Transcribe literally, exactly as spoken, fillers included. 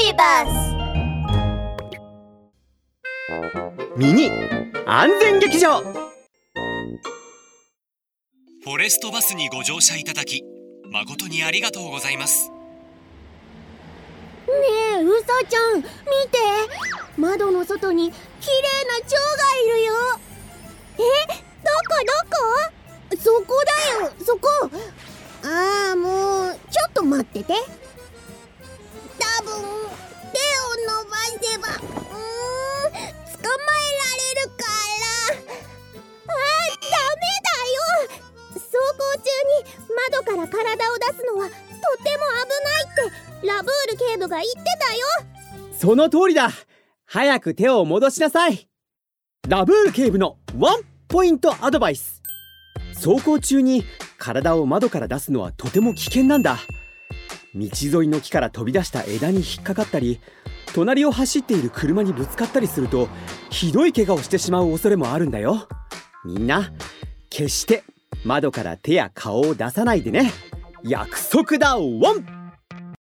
ビバスミニ安全劇場。 フォレストバスにご乗車いただき誠にありがとうございます。 ねえ、うさちゃん見て、窓の外に綺麗な蝶がいるよ。え、どこどこ？そこだよ、そこ。ああ、もうちょっと待ってて。多分手を伸ばせばうーん捕まえられるから。あー、ダメだよ。走行中に窓から体を出すのはとても危ないってラブール警部が言ってたよ。 その通りだ。早く手を戻しなさい。ラブール警部のワンポイントアドバイス。走行中に体を窓から出すのはとても危険なんだ。道沿いの木から飛び出した枝に引っかかったり、隣を走っている車にぶつかったりするとひどい怪我をしてしまう恐れもあるんだよ。みんな決して窓から手や顔を出さないでね。約束だワン。